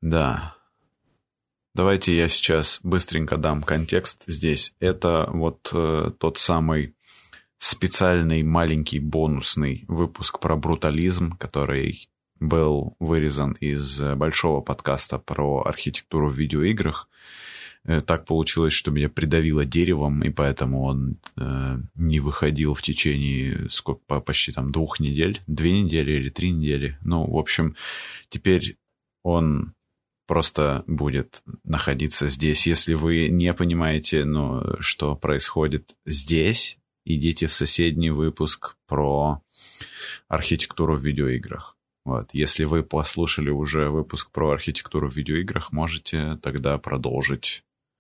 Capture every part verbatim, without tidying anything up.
Да. Давайте я сейчас быстренько дам контекст здесь. Это вот э, тот самый специальный маленький бонусный выпуск про брутализм, который был вырезан из большого подкаста про архитектуру в видеоиграх. Так получилось, что меня придавило деревом, и поэтому он э, не выходил в течение сколько, почти там двух недель, две недели или три недели. Ну, в общем, теперь он просто будет находиться здесь. Если вы не понимаете, ну, что происходит здесь, идите в соседний выпуск про архитектуру в видеоиграх. Вот. Если вы послушали уже выпуск про архитектуру в видеоиграх, можете тогда продолжить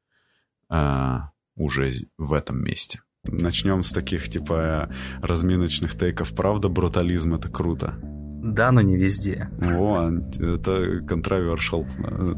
Uh, уже в этом месте. Начнем с таких, типа, разминочных тейков. Правда, брутализм — это круто? Да, но не везде. О, это controversial.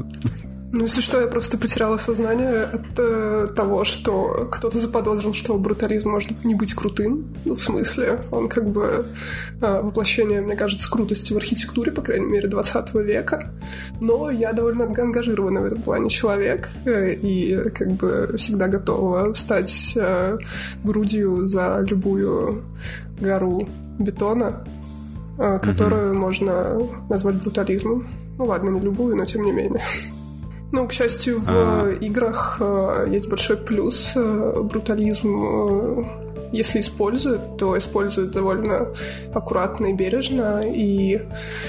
Ну, если что, я просто потеряла сознание от э, того, что кто-то заподозрил, что брутализм может не быть крутым. Ну, в смысле, он как бы э, воплощение, мне кажется, крутости в архитектуре, по крайней мере, двадцатого века. Но я довольно ангажированный в этом плане человек э, и как бы всегда готова встать э, грудью за любую гору бетона, э, которую mm-hmm. можно назвать брутализмом. Ну ладно, не любую, но тем не менее. Ну, к счастью, в А-а-а. играх э, есть большой плюс. Э, брутализм, э, если используют, то используют довольно аккуратно и бережно. И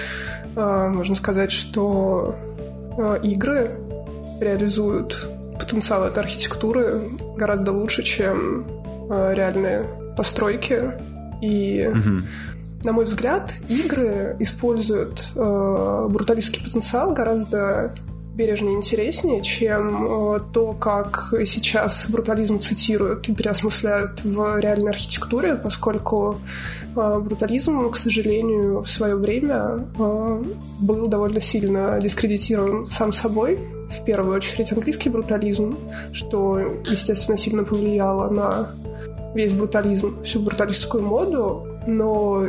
э, можно сказать, что э, игры реализуют потенциал этой архитектуры гораздо лучше, чем э, реальные постройки. И... Угу. На мой взгляд, игры используют э, бруталистский потенциал гораздо бережнее и интереснее, чем э, то, как сейчас брутализм цитируют и переосмысляют в реальной архитектуре, поскольку э, брутализм, к сожалению, в свое время э, был довольно сильно дискредитирован сам собой. В первую очередь английский брутализм, что, естественно, сильно повлияло на весь брутализм, всю бруталистскую моду. Но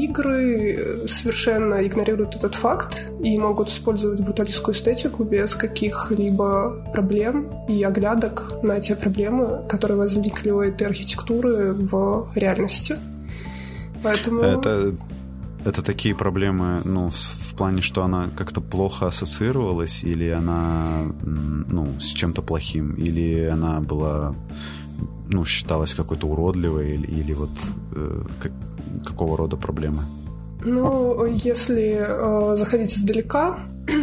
игры совершенно игнорируют этот факт и могут использовать бруталистскую эстетику без каких-либо проблем и оглядок на те проблемы, которые возникли у этой архитектуры в реальности. Поэтому... Это, это такие проблемы, ну, в, в плане, что она как-то плохо ассоциировалась, или она, ну, с чем-то плохим, или она была, ну, считалась какой-то уродливой, или, или вот э, как, какого рода проблемы? Ну, если э, заходить издалека,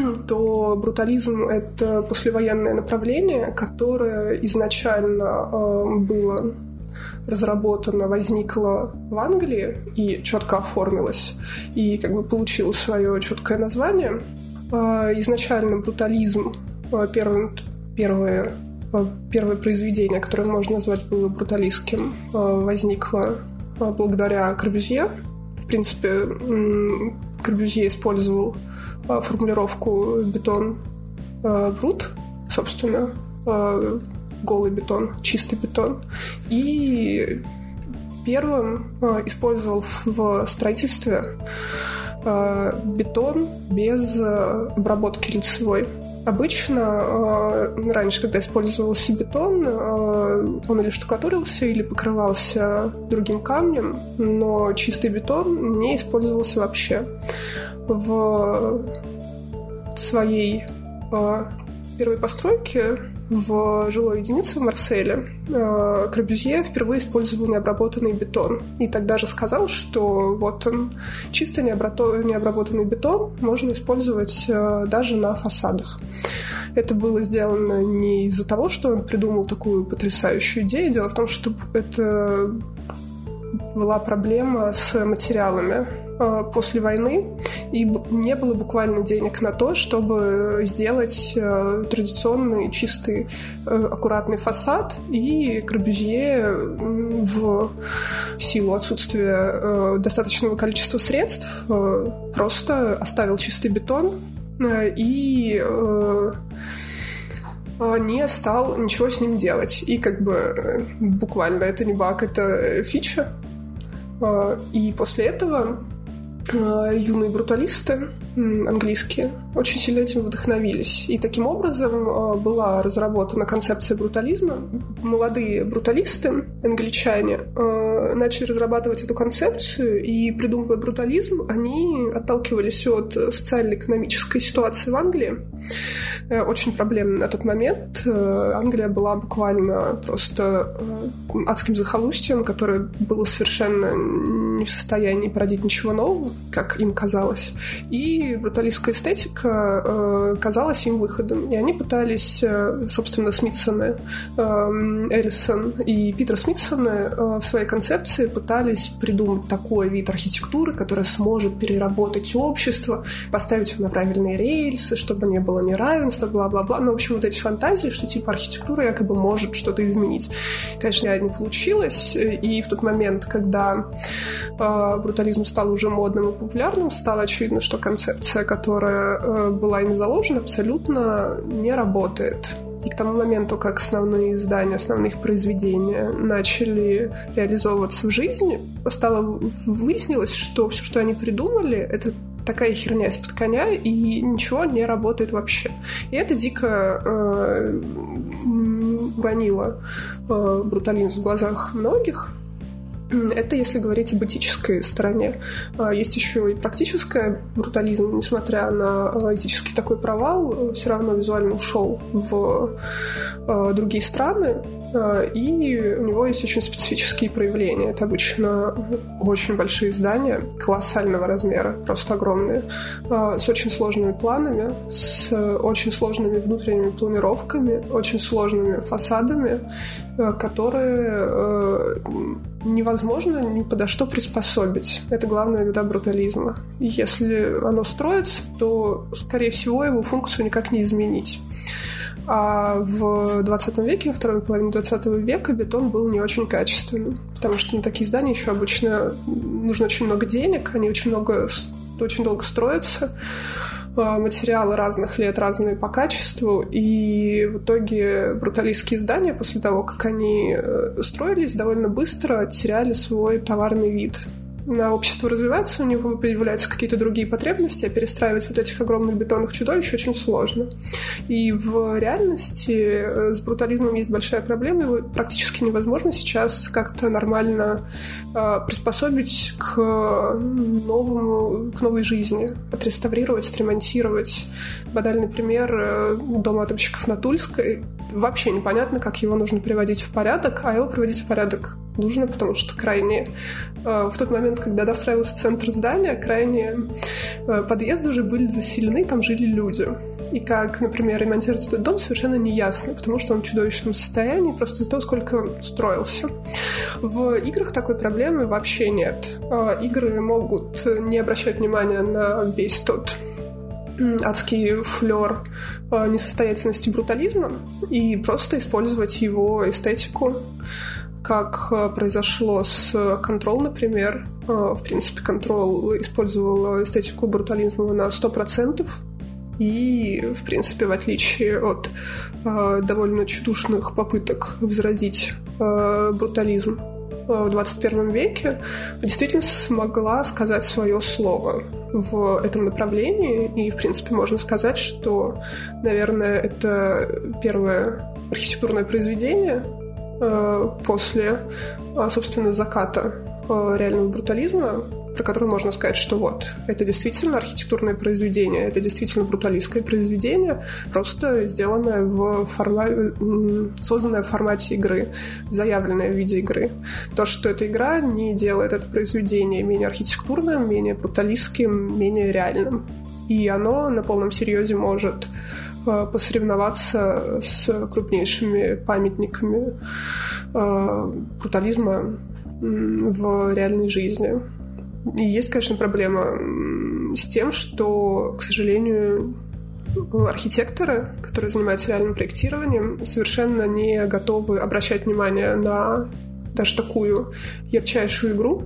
то брутализм — это послевоенное направление, которое изначально э, было разработано, возникло в Англии и четко оформилось, и как бы получило свое четкое название. Э, изначально брутализм, э, первым, первое, э, первое произведение, которое можно назвать было бруталистским, э, возникло э, благодаря Корбюзье. В принципе, Корбюзье использовал э, формулировку «бетон э, брут», собственно, э, голый бетон, чистый бетон. И первым э, использовал в строительстве э, бетон без э, обработки лицевой. Обычно э, раньше, когда использовался бетон, э, он или штукатурился, или покрывался другим камнем, но чистый бетон не использовался вообще. В своей э, первой постройке в жилой единице в Марселе э, Корбюзье впервые использовал необработанный бетон. И тогда же сказал, что вот он, чисто необработанный бетон можно использовать э, даже на фасадах. Это было сделано не из-за того, что он придумал такую потрясающую идею. Дело в том, что это была проблема с материалами после войны, и не было буквально денег на то, чтобы сделать традиционный, чистый, аккуратный фасад, и Корбюзье в силу отсутствия достаточного количества средств просто оставил чистый бетон и не стал ничего с ним делать. И как бы буквально это не баг, это фича. И после этого юные бруталисты английские очень сильно этим вдохновились. И таким образом была разработана концепция брутализма. Молодые бруталисты, англичане, начали разрабатывать эту концепцию, и, придумывая брутализм, они отталкивались от социально-экономической ситуации в Англии. Очень проблемной на тот момент. Англия была буквально просто адским захолустьем, которое было совершенно не в состоянии породить ничего нового, как им казалось. И бруталистская эстетика э, казалась им выходом. И они пытались, э, собственно, Смитсоны, э, Эллисон и Питер Смитсоны э, в своей концепции пытались придумать такой вид архитектуры, которая сможет переработать общество, поставить его на правильные рельсы, чтобы не было неравенства, бла-бла-бла. Ну, в общем, вот эти фантазии, что типа архитектура якобы может что-то изменить. Конечно, не получилось. И в тот момент, когда э, брутализм стал уже модным и популярным, стало очевидно, что концепция, которая э, была ими заложена, абсолютно не работает. И к тому моменту, как основные издания, основные их произведения начали реализовываться в жизни, стало выяснилось, что все, что они придумали, это такая херня из-под коня, и ничего не работает вообще. И это дико э, уронило э, брутализм в глазах многих. Это если говорить об этической стороне. Есть еще и практическая брутализм, несмотря на этический такой провал, все равно визуально ушел в другие страны, и у него есть очень специфические проявления. Это обычно очень большие здания, колоссального размера, просто огромные, с очень сложными планами, с очень сложными внутренними планировками, очень сложными фасадами, которые невозможно ни подо что приспособить. Это главная беда брутализма. И если оно строится, то, скорее всего, его функцию никак не изменить. А в двадцатом веке, во второй половине двадцатого века бетон был не очень качественным, потому что на такие здания еще обычно нужно очень много денег, они очень, много, очень долго строятся, материалы разных лет разные по качеству, и в итоге бруталистские здания после того, как они строились, довольно быстро теряли свой товарный вид. На общество развивается, у него появляются какие-то другие потребности, а перестраивать вот этих огромных бетонных чудовищ очень сложно. И в реальности с брутализмом есть большая проблема, его практически невозможно сейчас как-то нормально э, приспособить к новому, к новой жизни, отреставрировать, отремонтировать. Банальный пример э, дом атомщиков на Тульской. Вообще непонятно, как его нужно приводить в порядок, а его приводить в порядок нужно, потому что крайне э, в тот момент, когда достраивался центр здания, крайне э, подъезды уже были заселены, там жили люди. И как, например, ремонтировать этот дом, совершенно не ясно, потому что он в чудовищном состоянии, просто из-за того, сколько он строился. В играх такой проблемы вообще нет. Э, игры могут не обращать внимания на весь тот адский флёр э, несостоятельности брутализма и просто использовать его эстетику, как произошло с Control, например. В принципе, Control использовал эстетику брутализма на сто процентов. И, в принципе, в отличие от э, довольно чудушных попыток возродить э, брутализм в двадцать первом веке, действительно смогла сказать свое слово в этом направлении. И, в принципе, можно сказать, что, наверное, это первое архитектурное произведение после, собственно, заката реального брутализма, про который можно сказать, что вот, это действительно архитектурное произведение, это действительно бруталистское произведение, просто сделанное в формате, созданное в формате игры, заявленное в виде игры. То, что эта игра не делает это произведение менее архитектурным, менее бруталистским, менее реальным. И оно на полном серьезе может посоревноваться с крупнейшими памятниками э, брутализма в реальной жизни. И есть, конечно, проблема с тем, что, к сожалению, архитекторы, которые занимаются реальным проектированием, совершенно не готовы обращать внимание на даже такую ярчайшую игру.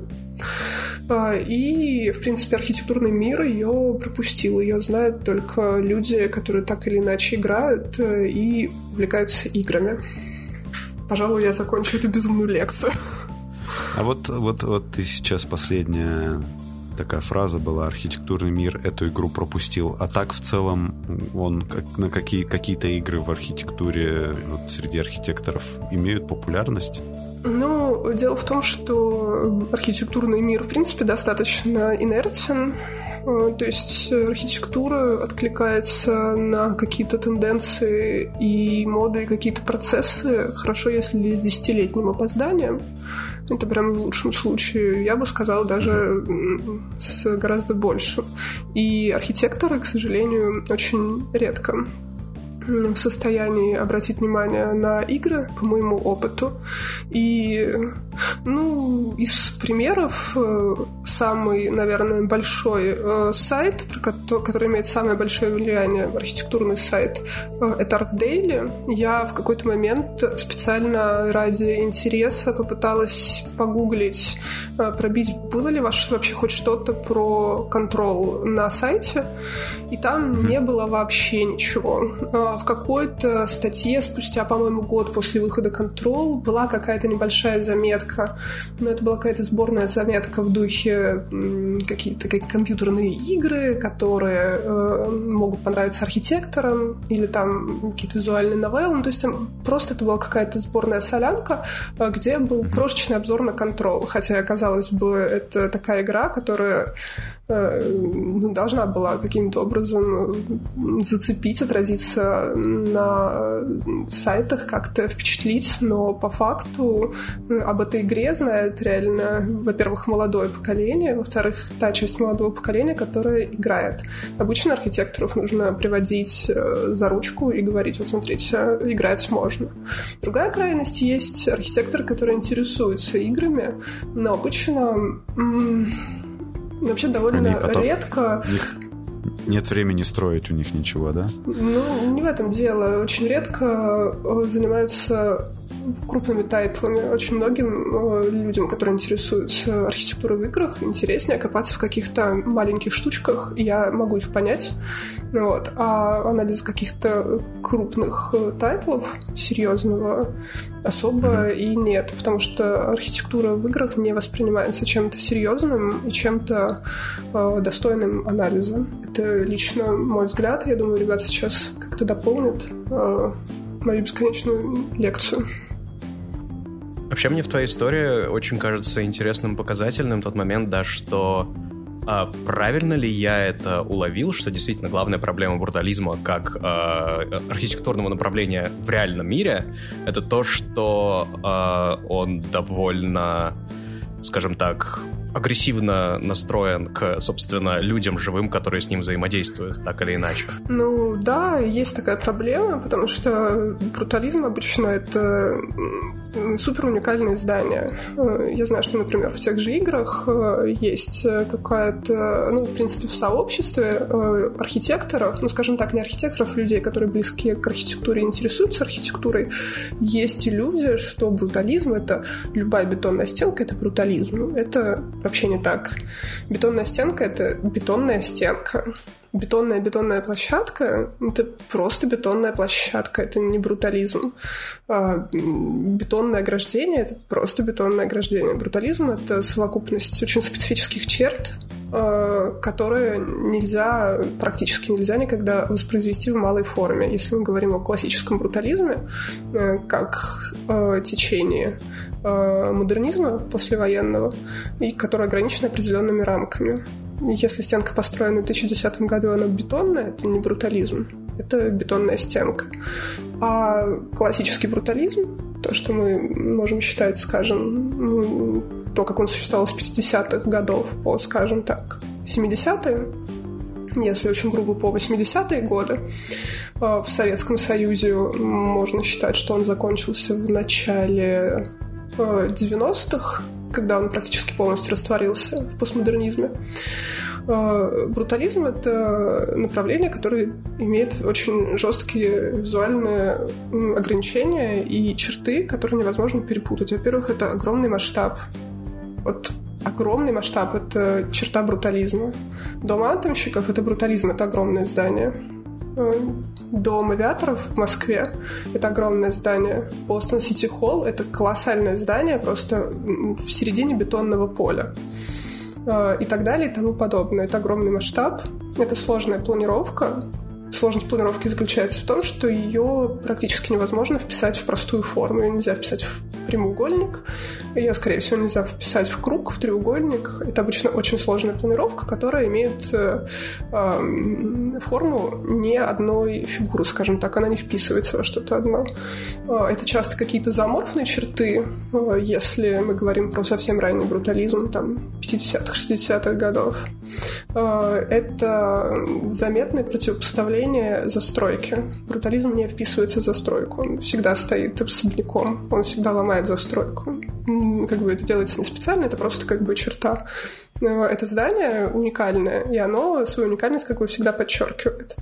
И, в принципе, архитектурный мир ее пропустил. Ее знают только люди, которые так или иначе играют и увлекаются играми. Пожалуй, я закончу эту безумную лекцию. А вот, вот, вот ты сейчас последнее такая фраза была: архитектурный мир эту игру пропустил. А так в целом он как, на какие, какие-то игры в архитектуре вот, среди архитекторов имеют популярность? Ну, дело в том, что архитектурный мир, в принципе, достаточно инертен. То есть архитектура откликается на какие-то тенденции и моды, и какие-то процессы, хорошо, если с десятилетним опозданием. Это прям в лучшем случае, я бы сказала, даже с гораздо большим. И архитекторы, к сожалению, очень редко в состоянии обратить внимание на игры, по моему опыту. И, ну, из примеров самый, наверное, большой сайт, который имеет самое большое влияние, архитектурный сайт, это ArchDaily. Я в какой-то момент специально ради интереса попыталась погуглить, пробить, было ли вообще хоть что-то про Control на сайте, и там mm-hmm. не было вообще ничего. В какой-то статье спустя, по-моему, год после выхода Control была какая-то небольшая заметка, но это была какая-то сборная заметка в духе м, какие-то как компьютерные игры, которые э, могут понравиться архитекторам, или там какие-то визуальные новеллы. Ну, то есть там просто это была какая-то сборная солянка, где был крошечный обзор на Control, хотя, казалось бы, это такая игра, которая ну, должна была каким-то образом зацепить, отразиться на сайтах, как-то впечатлить, но по факту об этой игре знает реально, во-первых, молодое поколение, во-вторых, та часть молодого поколения, которая играет. Обычно архитекторов нужно приводить за ручку и говорить: вот смотрите, играть можно. Другая крайность — есть архитекторы, которые интересуются играми, но обычно вообще довольно редко. У них нет времени строить у них ничего, да? Ну, не в этом дело. Очень редко занимаются крупными тайтлами. Очень многим людям, которые интересуются архитектурой в играх, интереснее копаться в каких-то маленьких штучках, и я могу их понять. Вот. А анализ каких-то крупных тайтлов серьезного особо mm-hmm. и нет, потому что архитектура в играх не воспринимается чем-то серьезным и чем-то э, достойным анализа. Это лично мой взгляд. Я думаю, ребята сейчас как-то дополнят э, мою бесконечную лекцию. Вообще, мне в твоей истории очень кажется интересным, показательным тот момент, да, что а, правильно ли я это уловил, что действительно главная проблема брутализма как а, архитектурного направления в реальном мире — это то, что а, он довольно, скажем так, агрессивно настроен к, собственно, людям живым, которые с ним взаимодействуют, так или иначе. Ну да, есть такая проблема, потому что брутализм обычно это супер уникальное издание. Я знаю, что, например, в тех же играх есть какая-то, ну, в принципе, в сообществе архитекторов, ну, скажем так, не архитекторов, людей, которые близки к архитектуре и интересуются архитектурой, есть иллюзия, что брутализм — это любая бетонная стенка, это брутализм. Это вообще не так. Бетонная стенка — это бетонная стенка. Бетонная бетонная площадка — это просто бетонная площадка, это не брутализм. А бетонное ограждение — это просто бетонное ограждение. Брутализм — это совокупность очень специфических черт, которые нельзя, практически нельзя никогда воспроизвести в малой форме. Если мы говорим о классическом брутализме, как течении модернизма послевоенного, и которое ограничено определенными рамками. Если стенка построена в две тысячи десятом году, она бетонная, это не брутализм, это бетонная стенка. А классический брутализм, то, что мы можем считать, скажем, то, как он существовал с пятидесятых годов по, скажем так, семидесятые, если очень грубо, по восьмидесятые годы, в Советском Союзе можно считать, что он закончился в начале девяностых, когда он практически полностью растворился в постмодернизме. Брутализм — это направление, которое имеет очень жесткие визуальные ограничения и черты, которые невозможно перепутать. Во-первых, это огромный масштаб. Вот огромный масштаб — это черта брутализма. Дом атомщиков — это брутализм, это огромное здание. Дом авиаторов в Москве — это огромное здание. Бостон Сити Холл — это колоссальное здание просто в середине бетонного поля. и так далее и тому подобное. Это огромный масштаб, это сложная планировка. Сложность планировки заключается в том, что ее практически невозможно вписать в простую форму. Ее нельзя вписать в прямоугольник, ее, скорее всего, нельзя вписать в круг, в треугольник. Это обычно очень сложная планировка, которая имеет э, э, форму не одной фигуры, скажем так, она не вписывается во что-то одно. Э, это часто какие-то зооморфные черты, э, если мы говорим про совсем ранний брутализм, там, пятидесятых, шестидесятых годов. Э, это заметное противопоставление застройки. Брутализм не вписывается в застройку. Он всегда стоит особняком. Он всегда ломает застройку. Как бы это делается не специально, это просто как бы черта. Это здание уникальное, и оно свою уникальность как бы всегда подчеркивает.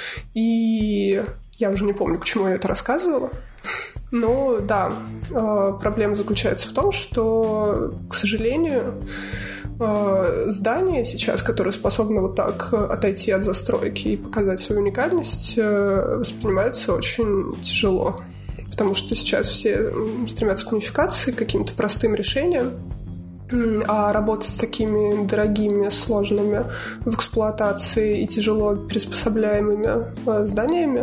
И я уже не помню, к чему я это рассказывала. Но да, проблема заключается в том, что, к сожалению, здания сейчас, которые способны вот так отойти от застройки и показать свою уникальность, воспринимаются очень тяжело. Потому что сейчас все стремятся к унификации, к каким-то простым решениям, а работать с такими дорогими, сложными в эксплуатации и тяжело приспособляемыми зданиями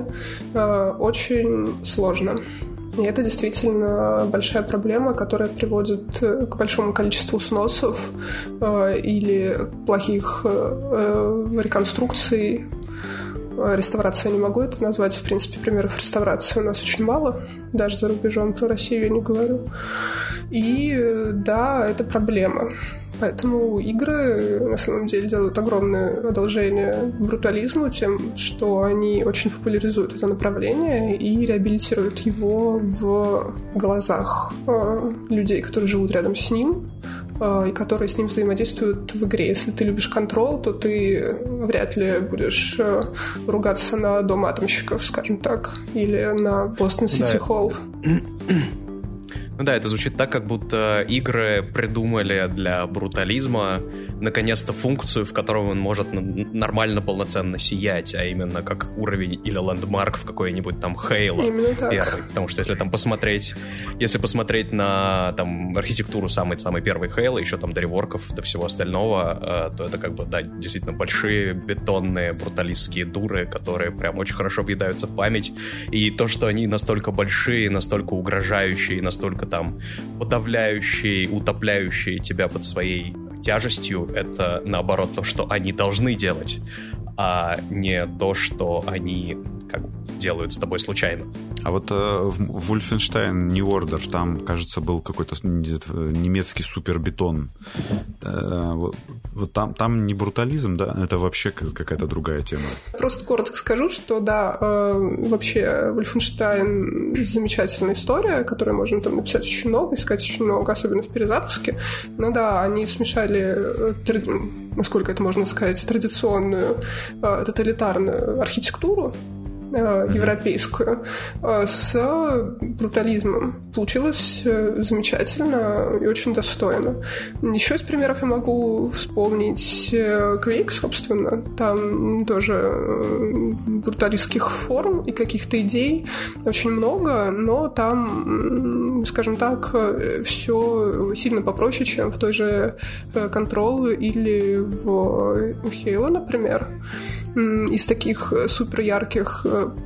очень сложно. И это действительно большая проблема, которая приводит к большому количеству сносов э, или плохих э, реконструкций. Реставрации я не могу это назвать. В принципе, примеров реставрации у нас очень мало. Даже за рубежом, про Россию я не говорю. И да, это проблема. Поэтому игры на самом деле делают огромное одолжение брутализму тем, что они очень популяризуют это направление и реабилитируют его в глазах э, людей, которые живут рядом с ним э, и которые с ним взаимодействуют в игре. Если ты любишь Control, то ты вряд ли будешь э, ругаться на Дом атомщиков, скажем так, или на Бостон Сити Холл. Ну да, это звучит так, как будто игры придумали для брутализма наконец-то функцию, в которой он может нормально, полноценно сиять, а именно как уровень или лендмарк в какой-нибудь там Halo первый. Потому что если там посмотреть, если посмотреть на там архитектуру самой-самой первой Halo, еще там до реворков, до всего остального, то это как бы, да, действительно большие бетонные бруталистские дуры, которые прям очень хорошо въедаются в память. И то, что они настолько большие, настолько угрожающие, настолько там подавляющие, утопляющие тебя под своей тяжестью, это наоборот то, что они должны делать, а не то, что они как бы делают с тобой случайно. А вот э, в Wolfenstein New Order там, кажется, был какой-то немецкий супербетон. Э, вот, вот там, там не брутализм, да? Это вообще какая-то другая тема. Просто коротко скажу, что да, э, вообще Wolfenstein замечательная история, которую можно там написать очень много, искать очень много, особенно в перезапуске. Но да, они смешали, э, насколько это можно сказать, традиционную э, тоталитарную архитектуру европейскую с брутализмом. Получилось замечательно и очень достойно. Еще из примеров я могу вспомнить Quake, собственно. Там тоже бруталистских форм и каких-то идей очень много, но там, скажем так, все сильно попроще, чем в той же Control или в Halo, например. Из таких супер ярких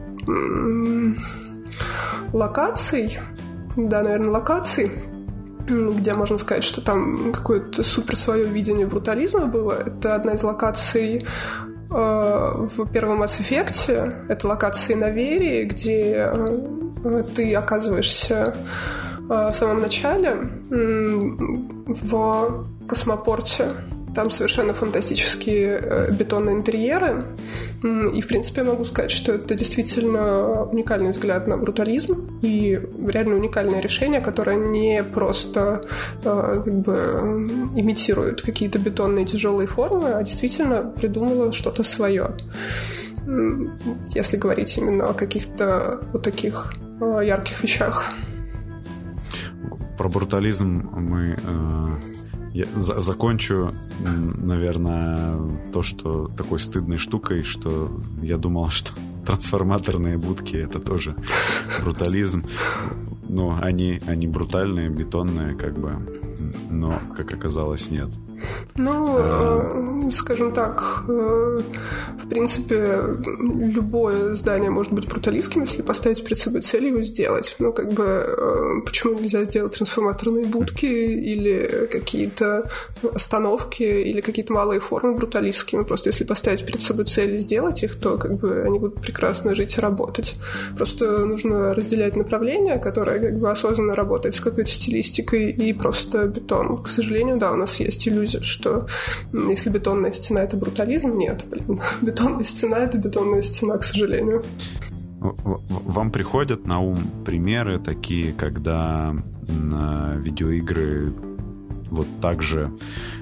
локаций, да, наверное, локаций, где можно сказать, что там какое-то супер свое видение брутализма было. Это одна из локаций э, в первом Mass Effect. Это локации на Вере, где э, ты оказываешься э, в самом начале э, в космопорте. Там совершенно фантастические э, бетонные интерьеры. И, в принципе, я могу сказать, что это действительно уникальный взгляд на брутализм и реально уникальное решение, которое не просто э, как бы имитирует какие-то бетонные тяжелые формы, а действительно придумало что-то свое. Если говорить именно о каких-то вот таких э, ярких вещах. Про брутализм мы... Э... Я за- закончу, наверное, то, что такой стыдной штукой, что я думал, что трансформаторные будки — это тоже брутализм. Но они, они брутальные, бетонные, как бы. но, как оказалось, нет. Ну, а... скажем так, в принципе, любое здание может быть бруталистским, если поставить перед собой цель его сделать. Ну, как бы, почему нельзя сделать трансформаторные будки или какие-то остановки, или какие-то малые формы бруталистскими? Просто если поставить перед собой цель и сделать их, то как бы они будут прекрасно жить и работать. Просто нужно разделять направления, которое как бы осознанно работает с какой-то стилистикой, и просто бетон. К сожалению, да, у нас есть иллюзия, что если бетонная стена — это брутализм, нет, блин. Бетонная стена — это бетонная стена, к сожалению. Вам приходят на ум примеры такие, когда видеоигры вот так же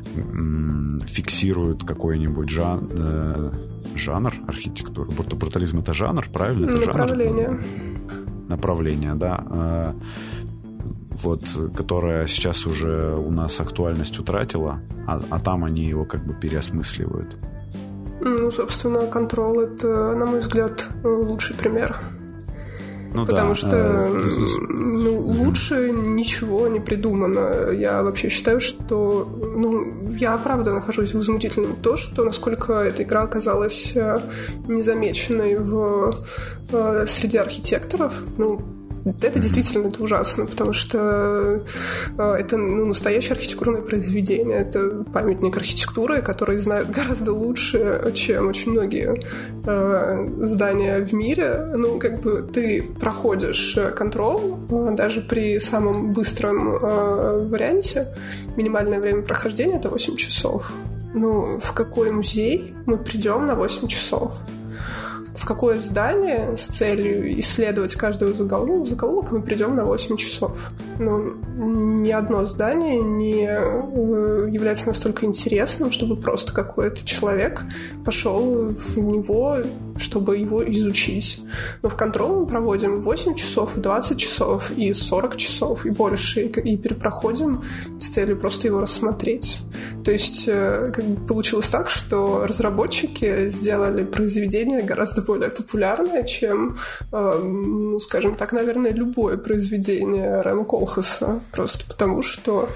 фиксируют какой-нибудь жан... жанр архитектуры? Брутализм — это жанр, правильно? Это направление. Жанр? Направление, да. Вот, которая сейчас уже у нас актуальность утратила, а, а там они его как бы переосмысливают. Ну, собственно, Control — это, на мой взгляд, лучший пример. Ну, Потому да. что э, ну, лучше ничего не придумано. Я вообще считаю, что... Ну, я, правда, нахожусь в возмутительном то, что насколько эта игра оказалась незамеченной в, э, среди архитекторов. Ну, это действительно это ужасно, потому что э, это ну, настоящее архитектурное произведение. Это памятник архитектуры, который знают гораздо лучше, чем очень многие э, здания в мире. Ну, как бы ты проходишь Control, э, даже при самом быстром э, варианте минимальное время прохождения — это восемь часов. Ну, в какой музей мы придем на восемь часов? В какое здание с целью исследовать каждый закоулок, закоулок мы придем на восемь часов. Ну, ни одно здание не является настолько интересным, чтобы просто какой-то человек пошел в него, чтобы его изучить. Но в Control мы проводим восемь часов, двадцать часов, и сорок часов, и больше, и перепроходим с целью просто его рассмотреть. То есть как бы получилось так, что разработчики сделали произведение гораздо более популярное, чем, ну, скажем так, наверное, любое произведение Рэма Колхаса. Просто потому, что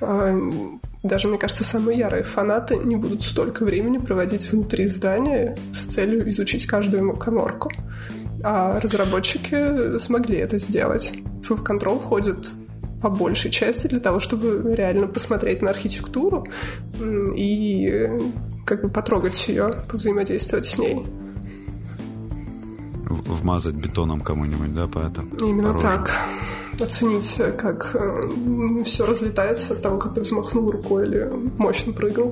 даже, мне кажется, самые ярые фанаты не будут столько времени проводить внутри здания с целью изучить каждую ему каморку. А разработчики смогли это сделать. В Control входит по большей части для того, чтобы реально посмотреть на архитектуру и как бы потрогать ее, повзаимодействовать с ней. Вмазать бетоном кому-нибудь, да, по этому? Именно пороже. Так. Оценить, как э, все разлетается от того, как ты взмахнул рукой или мощно прыгал.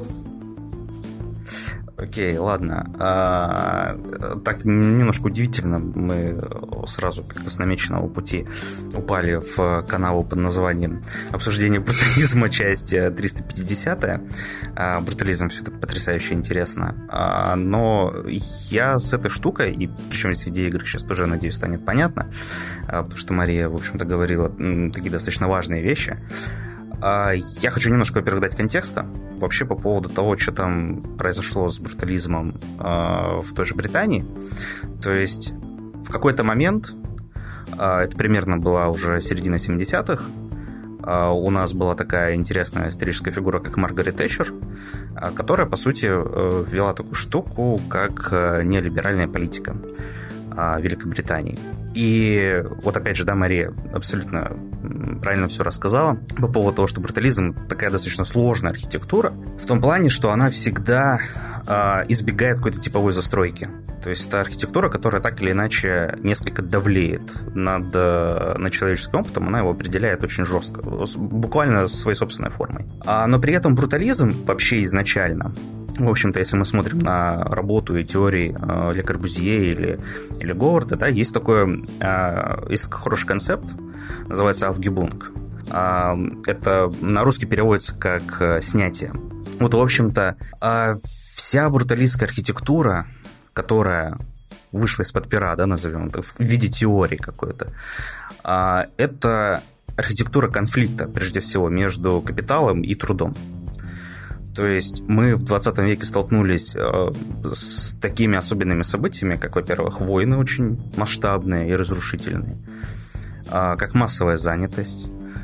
Окей, ладно. А, так немножко удивительно. Мы сразу как-то с намеченного пути упали в канаву под названием «Обсуждение брутализма», часть триста пятидесятая. А, брутализм все это потрясающе интересно. А, но я с этой штукой, и причем здесь видеоигры сейчас тоже, надеюсь, станет понятно, а, потому что Мария, в общем-то, говорила такие достаточно важные вещи. Я хочу немножко, во-первых, дать контекста вообще по поводу того, что там произошло с брутализмом в той же Британии. То есть в какой-то момент, это примерно была уже середина семидесятых, у нас была такая интересная историческая фигура, как Маргарет Тэтчер, которая, по сути, ввела такую штуку, как неолиберальная политика Великобритании. И вот опять же, да, Мария абсолютно правильно все рассказала по поводу того, что брутализм такая достаточно сложная архитектура, в том плане, что она всегда э, избегает какой-то типовой застройки. То есть это архитектура, которая так или иначе несколько давлеет над, над человеческим опытом, она его определяет очень жестко, буквально своей собственной формой. А, но при этом брутализм вообще изначально, в общем-то, если мы смотрим на работу и теории э, Ле Корбюзье или, или Говарда, да, есть такой, э, есть такой хороший концепт, называется «Aufgebung». Э, это на русский переводится как э, «снятие». Вот, в общем-то, э, вся бруталистская архитектура, которая вышла из-под пера, да, назовем это, в виде теории какой-то, э, это архитектура конфликта, прежде всего, между капиталом и трудом. То есть мы в двадцатом веке столкнулись э, с такими особенными событиями, как, во-первых, войны очень масштабные и разрушительные, э, как массовая занятость,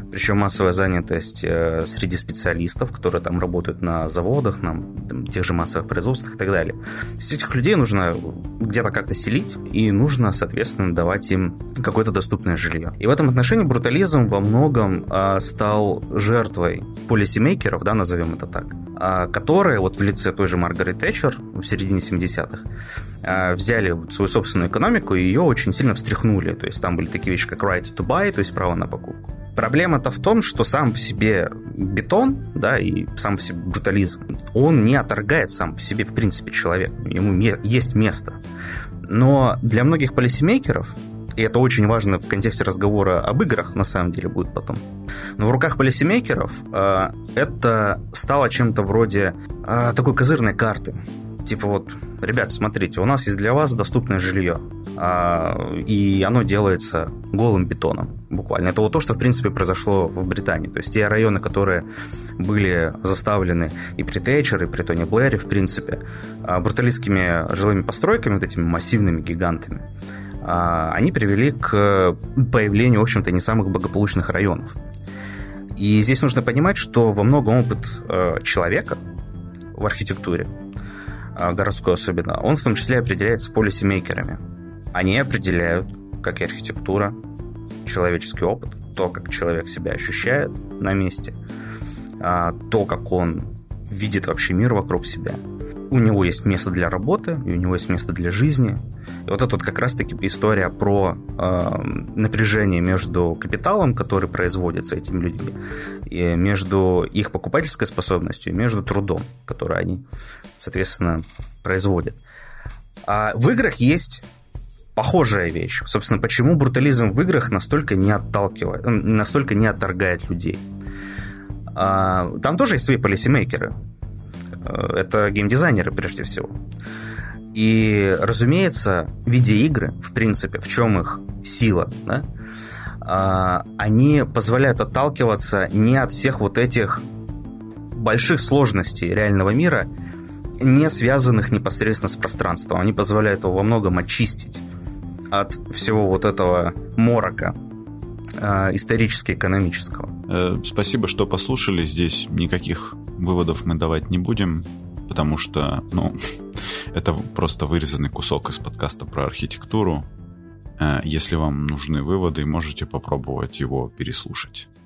Причем массовая занятость э, среди специалистов, которые там работают на заводах, на там, тех же массовых производствах и так далее. То есть этих людей нужно где-то как-то селить, и нужно, соответственно, давать им какое-то доступное жилье. И в этом отношении брутализм во многом э, стал жертвой полисимейкеров, да, назовем это так, э, которые вот в лице той же Маргарет Тэтчер в середине семидесятых э, взяли свою собственную экономику и ее очень сильно встряхнули. То есть там были такие вещи, как right to buy, то есть право на покупку. Проблема-то в том, что сам по себе бетон, да, и сам по себе брутализм, он не отторгает сам по себе, в принципе, человека. Ему есть место. Но для многих полисимейкеров, и это очень важно в контексте разговора об играх, на самом деле, будет потом, но в руках полисимейкеров э, это стало чем-то вроде э, такой козырной карты. Типа вот, ребят, смотрите, у нас есть для вас доступное жилье, и оно делается голым бетоном, буквально. Это вот то, что, в принципе, произошло в Британии. То есть те районы, которые были заставлены и при Тэтчер, и при Тони Блэре, в принципе, бруталистскими жилыми постройками, вот этими массивными гигантами, они привели к появлению, в общем-то, не самых благополучных районов. И здесь нужно понимать, что во многом опыт человека в архитектуре, городской особенно, он в том числе определяется полисимейкерами. Они определяют, как и архитектура, человеческий опыт, то, как человек себя ощущает на месте, то, как он видит вообще мир вокруг себя. У него есть место для работы, и у него есть место для жизни. И вот это вот как раз-таки история про э, напряжение между капиталом, который производится этими людьми, и между их покупательской способностью, и между трудом, который они, соответственно, производят. А в играх есть похожая вещь. Собственно, почему брутализм в играх настолько не отталкивает, настолько не отторгает людей. А, там тоже есть свои полисимейкеры. Это геймдизайнеры, прежде всего. И, разумеется, видеоигры, в принципе, в чем их сила, да, они позволяют отталкиваться не от всех вот этих больших сложностей реального мира, не связанных непосредственно с пространством. Они позволяют его во многом очистить от всего вот этого морока исторически-экономического. Спасибо, что послушали. Здесь никаких выводов мы давать не будем, потому что, ну, это просто вырезанный кусок из подкаста про архитектуру. Если вам нужны выводы, можете попробовать его переслушать.